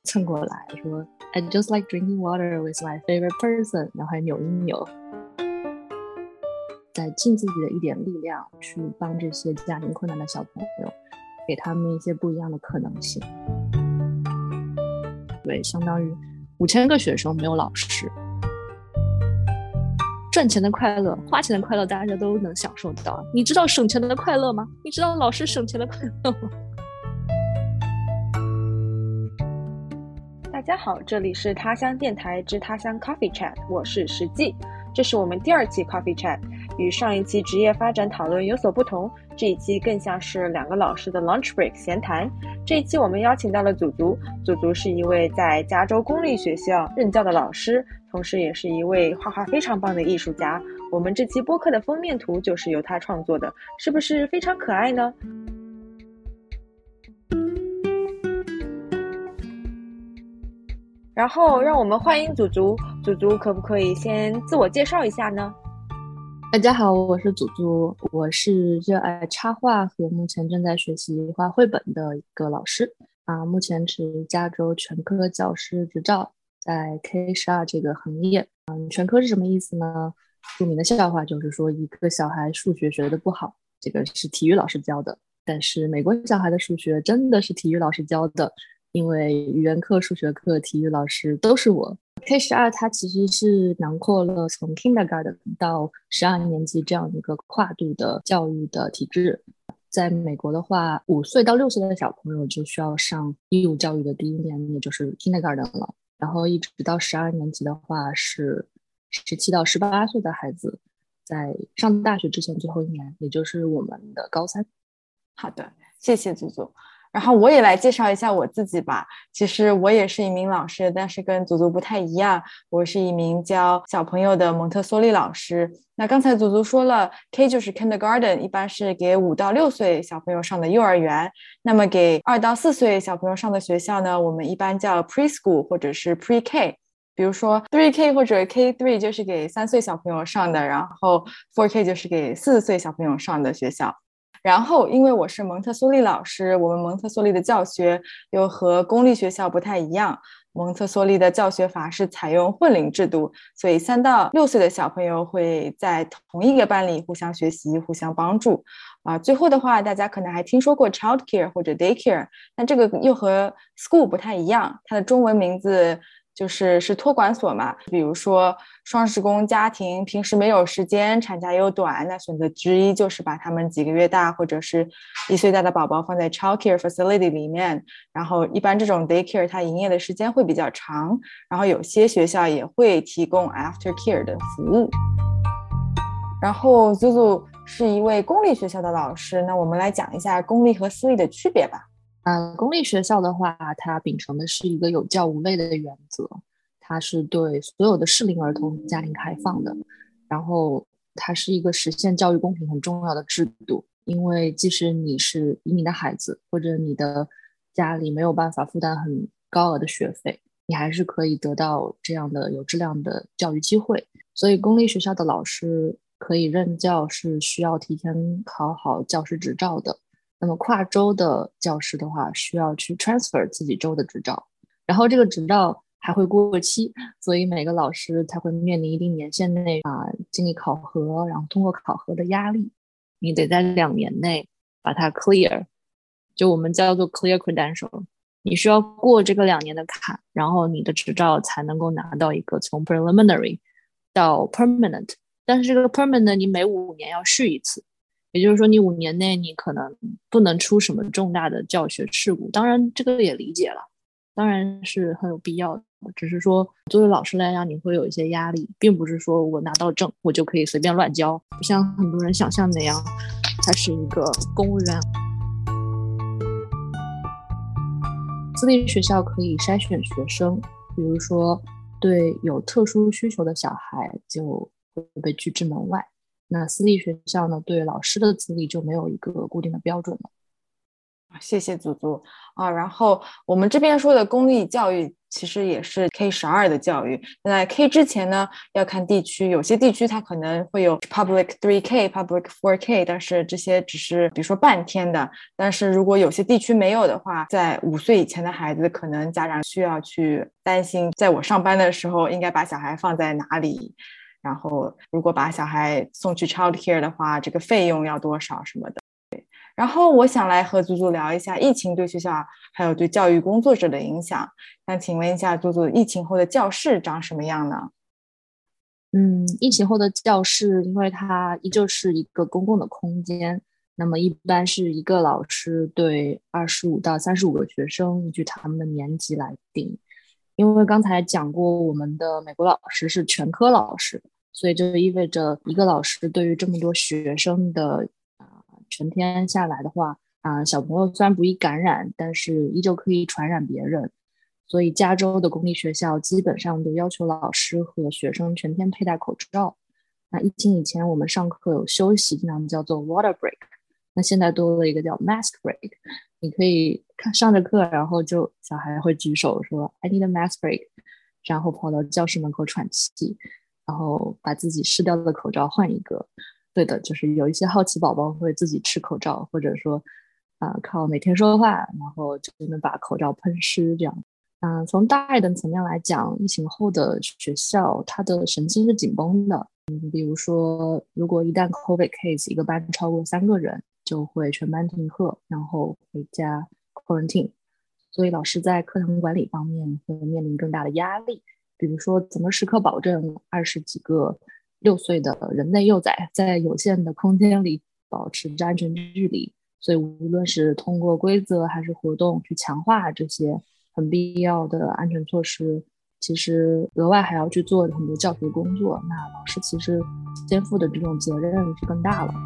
蹭过来说 I just like drinking water with my favorite person， 然后还扭一扭，再尽自己的一点力量去帮这些家庭困难的小朋友，给他们一些不一样的可能性。对，相当于5000个学生没有老师。赚钱的快乐，花钱的快乐，大家都能享受到。你知道省钱的快乐吗？你知道老师省钱的快乐吗？ 大家好，这里是他乡电台之他乡 Coffee Chat， 我是石记。这是我们第2期 Coffee Chat， 与上一期职业发展讨论有所不同，这一期更像是2个老师的 lunch break 闲谈。这一期我们邀请到了祖祖是一位在加州公立学校任教的老师，同时也是一位画画非常棒的艺术家。我们这期播客的封面图就是由他创作的，是不是非常可爱呢？然后让我们欢迎祖祖可不可以先自我介绍一下呢？ 大家好，我是祖祖，我是热爱插画和目前正在学习画绘本的一个老师目前持加州全科教师执照，在 K12 这个行业。全科是什么意思呢？著名的笑话就是说，一个小孩数学学得不好，这个是体育老师教的，但是美国小孩的数学真的是体育老师教的，因为语言课、数学课、体育老师都是我。K12 它其实是囊括了从 kindergarten 到12年级这样一个跨度的教育的体制。在美国的话，5岁到6岁的小朋友就需要上义务教育的第1年，也就是 kindergarten 了。然后一直到12年级的话是17到18岁的孩子，在上大学之前最后1年，也就是我们的高3。 好的，谢谢祖祖。然后我也来介绍一下我自己吧。其实我也是一名老师，但是跟祖祖不太一样，我是一名教小朋友的蒙特梭利老师。那刚才祖祖说了 K 就是 kindergarten， 一般是给5到6岁小朋友上的幼儿园。那么给2到4岁小朋友上的学校呢，我们一般叫 preschool 或者是 pre-K。比如说 3K 或者 K3 就是给3岁小朋友上的，然后 4K 就是给4岁小朋友上的学校。然后因为我是蒙特梭利老师，我们蒙特梭利的教学又和公立学校不太一样，蒙特梭利的教学法是采用混龄制度，所以3到6岁的小朋友会在同一个班里互相学习、互相帮助。最后的话，大家可能还听说过 childcare 或者 daycare， 但这个又和 school 不太一样，它的中文名字是托管所嘛。比如说双职工家庭平时没有时间，产假又短，那选择之一就是把他们几个月大或者是1岁大的宝宝放在 childcare facility 里面。然后一般这种 daycare 它营业的时间会比较长，然后有些学校也会提供 aftercare 的服务。然后祖祖是一位公立学校的老师，那我们来讲一下公立和私立的区别吧。 公立学校的话，它秉承的是一个有教无类的原则，它是对所有的适龄儿童家庭开放的，然后它是一个实现教育公平很重要的制度。因为即使你是以你的孩子或者你的家里没有办法负担很高额的学费，你还是可以得到这样的有质量的教育机会。所以公立学校的老师可以任教是需要提前考好教师执照的。那么跨州的教师的话，需要去 transfer 自己州的执照，然后这个执照还会过期，所以每个老师他会面临一定年限内经历考核，然后通过考核的压力，你得在2年内把它 clear， 就我们叫做 clear credential， 你需要过这个2年的坎，然后你的执照才能够拿到一个从 preliminary 到 permanent， 但是这个 permanent 你每5年要续一次。也就是说你5年内你可能不能出什么重大的教学事故，当然这个也理解了，当然是很有必要的，只是说作为老师来讲你会有一些压力，并不是说我拿到证我就可以随便乱教，不像很多人想象那样他是一个公务员。私立学校可以筛选学生，比如说对有特殊需求的小孩就会被拒之门外，那私立学校呢，对老师的资历就没有一个固定的标准了。 谢谢祖祖然后我们这边说的公立教育其实也是 K12的教育。那在 K 之前呢，要看地区，有些地区它可能会有 Public 3K、Public 4K， 但是这些只是比如说半天的。但是如果有些地区没有的话，在5岁以前的孩子，可能家长需要去担心，在我上班的时候应该把小孩放在哪里，然后如果把小孩送去 childcare 的话，这个费用要多少什么的。然后我想来和祖祖聊一下疫情对学校还有对教育工作者的影响。想请问一下祖祖，疫情后的教室长什么样呢？ 疫情后的教室，因为它依旧是一个公共的空间，那么一般是一个老师对25到35个学生，依据他们的年级来定。因为刚才讲过，我们的美国老师是全科老师，所以就意味着一个老师对于这么多学生的全天下来的话，小朋友虽然不易感染，但是依旧可以传染别人。所以加州的公立学校基本上都要求老师和学生全天佩戴口罩。那疫情以前我们上课有休息，经常叫做 water break， 那现在多了一个叫 mask break， 你可以上着课，然后就小孩会举手说 I need a mask break， 然后跑到教室门口喘气，然后把自己湿掉的口罩换一个。对的，就是有一些好奇宝宝会自己吃口罩，或者说靠每天说话，然后就能把口罩喷湿这样。从大一点层面来讲，疫情后的学校它的神经是紧绷的。比如说如果一旦 COVID case 一个班超过3个人，就会全班停课，然后回家 quarantine。 所以老师在课堂管理方面会面临更大的压力，比如说怎么时刻保证20几个6岁的人类幼崽在有限的空间里保持着安全距离。所以无论是通过规则还是活动去强化这些很必要的安全措施，其实额外还要去做很多教学工作，那老师其实肩负的这种责任是更大了。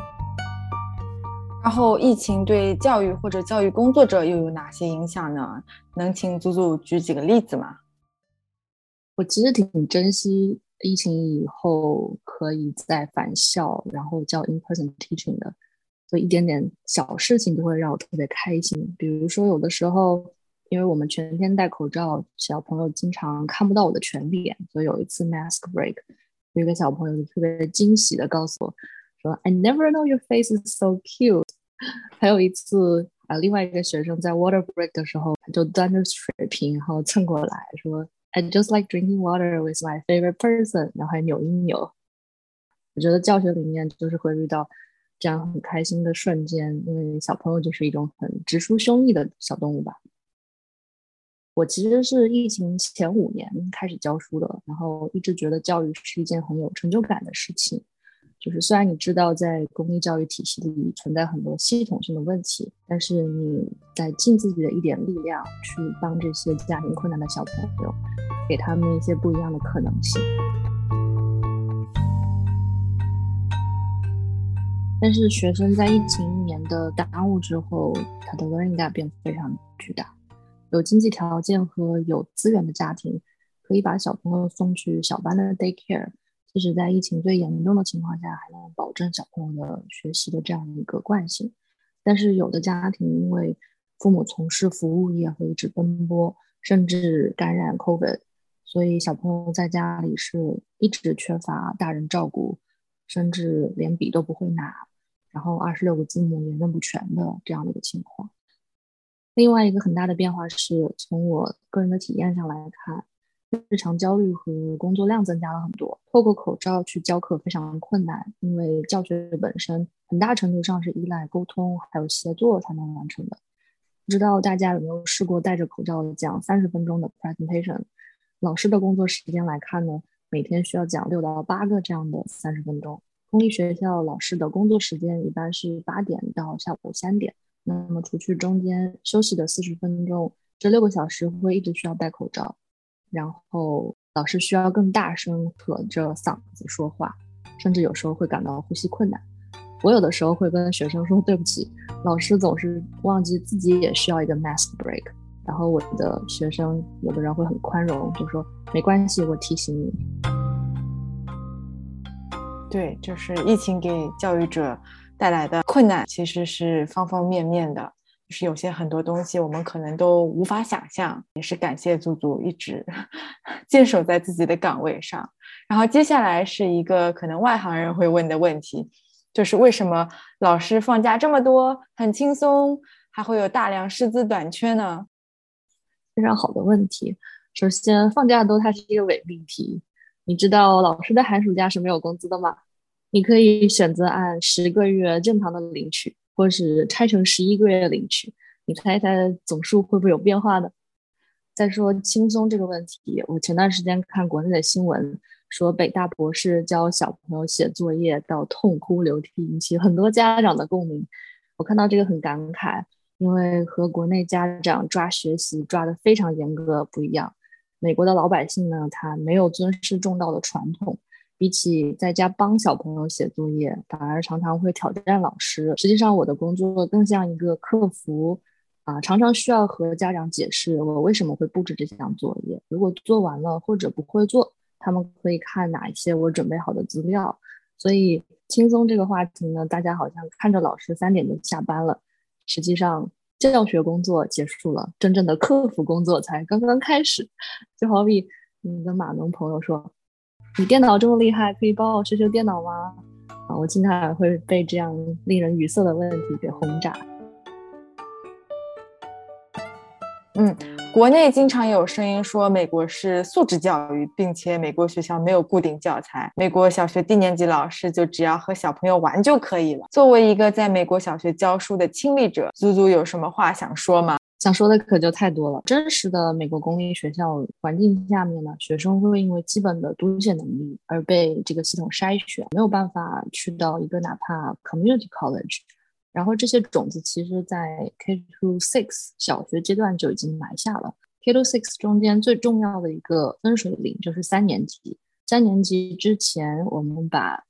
然后疫情对教育或者教育工作者又有哪些影响呢？能请祖祖举几个例子吗？ 我其实挺珍惜疫情以后可以再返校，然后教 in-person teaching 的，所以一点点小事情都会让我特别开心。比如说有的时候因为我们全天戴口罩，小朋友经常看不到我的全脸，所以有一次 mask break， 有一个小朋友就特别惊喜的告诉我说 I never know your face is so cute。 还有一次另外一个学生在 water break 的时候就端着水瓶然后蹭过来说 I just like drinking water with my favorite person， 然后还扭一扭。我觉得教学里面就是会遇到这样很开心的瞬间，因为小朋友就是一种很直抒胸臆的小动物吧。我其实是疫情前5年开始教书的，然后一直觉得教育是一件很有成就感的事情。就是虽然你知道在公立教育体系里存在很多系统性的问题，但是你在尽自己的一点力量去帮这些家庭困难的小朋友，给他们一些不一样的可能性。但是学生在疫情1年的耽误之后，他的 learning gap 变非常巨大。有经济条件和有资源的家庭可以把小朋友送去小班的 daycare， 即使在疫情最严重的情况下还能保证小朋友的学习的这样一个惯性。但是有的家庭因为父母从事服务业会一直奔波，甚至感染 COVID， 所以小朋友在家里是一直缺乏大人照顾，甚至连笔都不会拿，然后26个字母也认不全的这样的一个情况。另外一个很大的变化是从我个人的体验上来看，日常焦虑和工作量增加了很多。透过口罩去教课非常困难，因为教学本身很大程度上是依赖沟通还有协作才能完成的。不知道大家有没有试过戴着口罩讲30分钟的 presentation？ 老师的工作时间来看呢，每天需要讲6到8个这样的30分钟。公立学校老师的工作时间一般是8点到下午3点，那么除去中间休息的40分钟，这6个小时会一直需要戴口罩，然后老师需要更大声扯着嗓子说话，甚至有时候会感到呼吸困难。我有的时候会跟学生说对不起，老师总是忘记自己也需要一个 mask break， 然后我的学生有的人会很宽容，就说没关系，我提醒你。 对，就是疫情给教育者带来的困难其实是方方面面的。 就是有些很多东西我们可能都无法想象，也是感谢祖祖一直坚守在自己的岗位上。然后接下来是一个可能外行人会问的问题，就是为什么老师放假这么多，很轻松，还会有大量师资短缺呢？ 非常好的问题。首先，放假多它是一个伪命题。你知道老师的寒暑假是没有工资的吗？你可以选择按10个月正常的领取，或是拆成11个月领取。你猜一猜总数会不会有变化呢？再说轻松这个问题，我前段时间看国内的新闻，说北大博士教小朋友写作业到痛哭流涕，引起很多家长的共鸣。我看到这个很感慨，因为和国内家长抓学习抓得非常严格不一样。美国的老百姓呢，他没有尊师重道的传统，比起在家帮小朋友写作业，反而常常会挑战老师。实际上，我的工作更像一个客服常常需要和家长解释我为什么会布置这项作业。如果做完了或者不会做，他们可以看哪一些我准备好的资料。所以轻松这个话题呢，大家好像看着老师3点就下班了，实际上教学工作结束了，真正的客服工作才刚刚开始。就好比你跟码农朋友说，你电脑这么厉害，可以帮我修修电脑吗？我经常也会被这样令人语塞的问题给轰炸。 国内经常有声音说美国是素质教育，并且美国学校没有固定教材，美国小学低年级老师就只要和小朋友玩就可以了。作为一个在美国小学教书的亲历者，祖祖有什么话想说吗？ 想说的可就太多了。真实的美国公立学校环境下面呢，学生会因为基本的读写能力而被这个系统筛选，没有办法去到一个哪怕 community college。然后这些种子其实在 K-6 小学阶段就已经埋下了。K-6 中间最重要的一个分水岭就是3年级。3年级之前我们把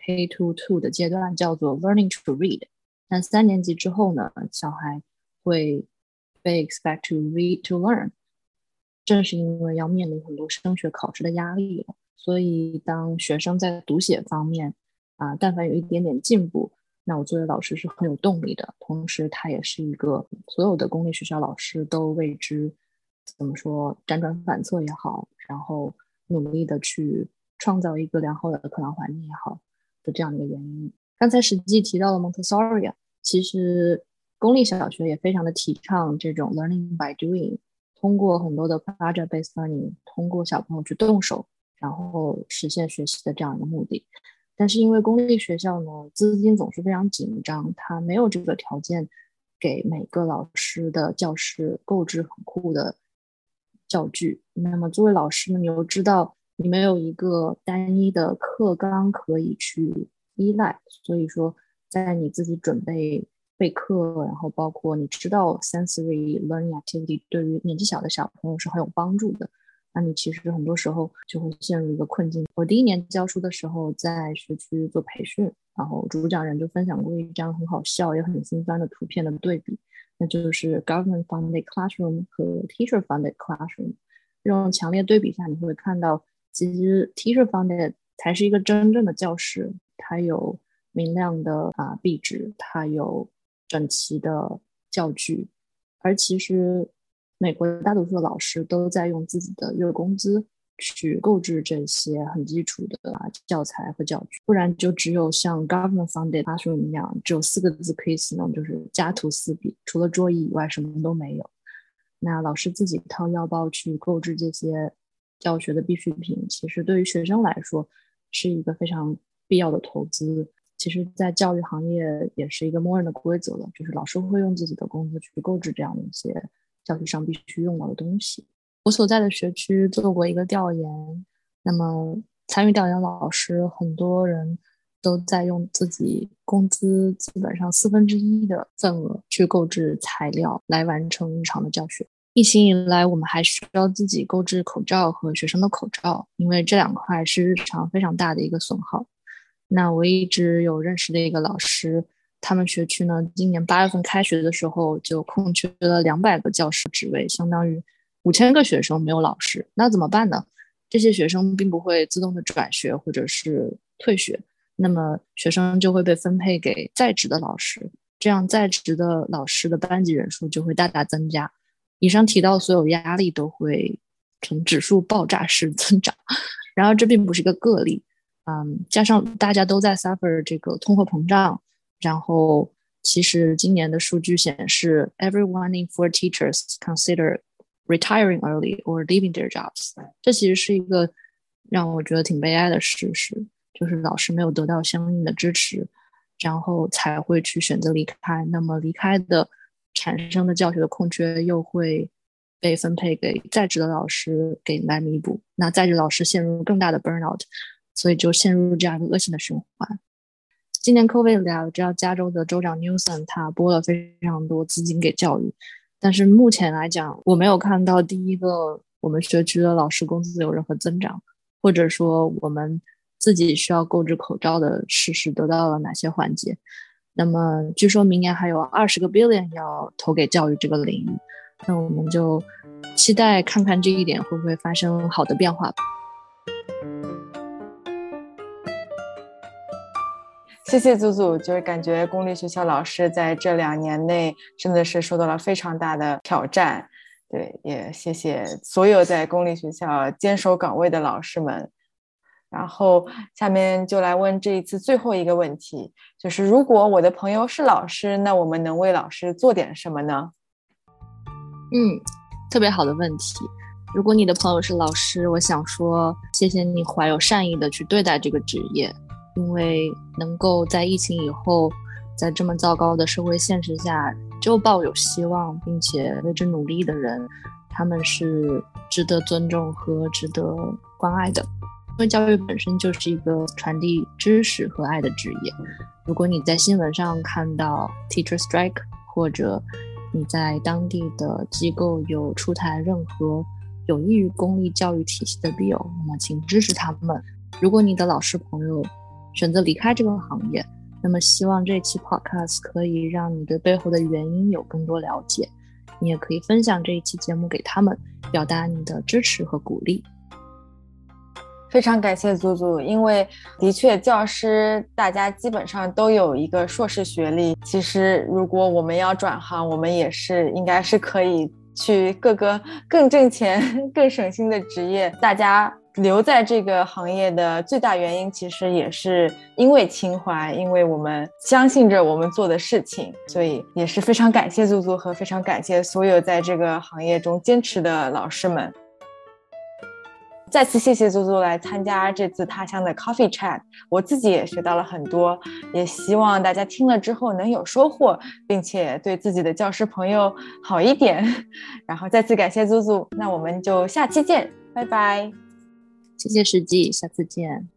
K-2 的阶段叫做 learning to read， 但3年级之后呢，小孩会被 expect to read to learn。 正是因为要面临很多升学考试的压力了，所以当学生在读写方面但凡有一点点进步，那我作为老师是很有动力的。同时它也是一个所有的公立学校老师都为之怎么说辗转反侧也好，然后努力的去创造一个良好的课堂环境也好的这样一个原因。刚才实际提到了 Montessori， 其实公立小学也非常的提倡这种 learning by doing， 通过很多的 project based learning， 通过小朋友去动手，然后实现学习的这样一个目的。但是因为公立学校呢，资金总是非常紧张，它没有这个条件给每个老师的教室购置很酷的教具。那么作为老师呢，你又知道你没有一个单一的课纲可以去依赖，所以说在你自己准备备课，然后包括你知道 sensory learning activity 对于年纪小的小朋友是很有帮助的，那你其实很多时候就会陷入一个困境。我第1年教书的时候在学区做培训，然后主讲人就分享过一张很好笑也很心酸的图片的对比，那就是 government funded classroom 和 teacher funded classroom。 这种强烈对比下，你会看到其实 teacher funded 才是一个真正的教室，它有明亮的壁纸，它有整齐的教具，而其实美国大多数的老师都在用自己的月工资去购置这些很基础的教材和教具，不然就只有像 government funded classroom 一样，只有4个字可以形容，就是家徒四壁，除了桌椅以外什么都没有。那老师自己掏腰包去购置这些教学的必需品，其实对于学生来说是一个非常必要的投资。其实在教育行业也是一个默认的规则了，就是老师会用自己的工资去购置这样的一些教学上必须用到的东西。我所在的学区做过一个调研，那么参与调研老师很多人都在用自己工资基本上1/4的份额去购置材料来完成日常的教学。疫情以来，我们还需要自己购置口罩和学生的口罩，因为这2块是日常非常大的一个损耗。那我一直有认识的一个老师，他们学区呢，今年8月份开学的时候就空缺了200个教师职位，相当于5000个学生没有老师。那怎么办呢？这些学生并不会自动的转学或者是退学，那么学生就会被分配给在职的老师。 这样在职的老师的班级人数就会大大增加。以上提到所有压力都会呈指数爆炸式增长，然而这并不是一个个例，加上大家都在 suffer 这个通货膨胀，然后其实今年的数据显示 everyone in 4 teachers consider retiring early or leaving their jobs， 这其实是一个让我觉得挺悲哀的事实，就是老师没有得到相应的支持，然后才会去选择离开，那么离开的产生的教学的空缺又会被分配给在职的老师给来弥补，那在职老师陷入更大的 burnout， 所以就陷入这样一个恶性的循环。今年 COVID 来，知道加州的州长 Newsom 他拨了非常多资金给教育，但是目前来讲我没有看到第一个我们学区的老师工资有任何增长，或者说我们自己需要购置口罩的事实得到了哪些缓解。那么据说明年还有20个 billion 要投给教育这个领域，那我们就期待看看这一点会不会发生好的变化吧。 谢谢祖祖，就是感觉公立学校老师在这2年内真的是受到了非常大的挑战。对，也谢谢所有在公立学校坚守岗位的老师们。然后下面就来问这一次最后一个问题，就是如果我的朋友是老师，那我们能为老师做点什么呢？ 特别好的问题。如果你的朋友是老师，我想说谢谢你怀有善意的去对待这个职业，因为能够在疫情以后，在这么糟糕的社会现实下就抱有希望并且为之努力的人，他们是值得尊重和值得关爱的。因为教育本身就是一个传递知识和爱的职业，如果你在新闻上看到 teacher strike， 或者你在当地的机构有出台任何有益于公立教育体系的 bill， 那么请支持他们。如果你的老师朋友选择离开这个行业，那么希望这期 podcast 可以让你对背后的原因有更多了解，你也可以分享这一期节目给他们，表达你的支持和鼓励。 非常感谢祖祖，因为的确教师大家基本上都有一个硕士学历，其实如果我们要转行，我们也是应该是可以去各个更挣钱更省心的职业。大家留在这个行业的最大原因其实也是因为情怀，因为我们相信着我们做的事情，所以也是非常感谢祖祖和非常感谢所有在这个行业中坚持的老师们。再次谢谢祖祖来参加这次他乡的 Coffee Chat， 我自己也学到了很多，也希望大家听了之后能有收获，并且对自己的教师朋友好一点。然后再次感谢祖祖，那我们就下期见，拜拜。 谢谢实际，下次见。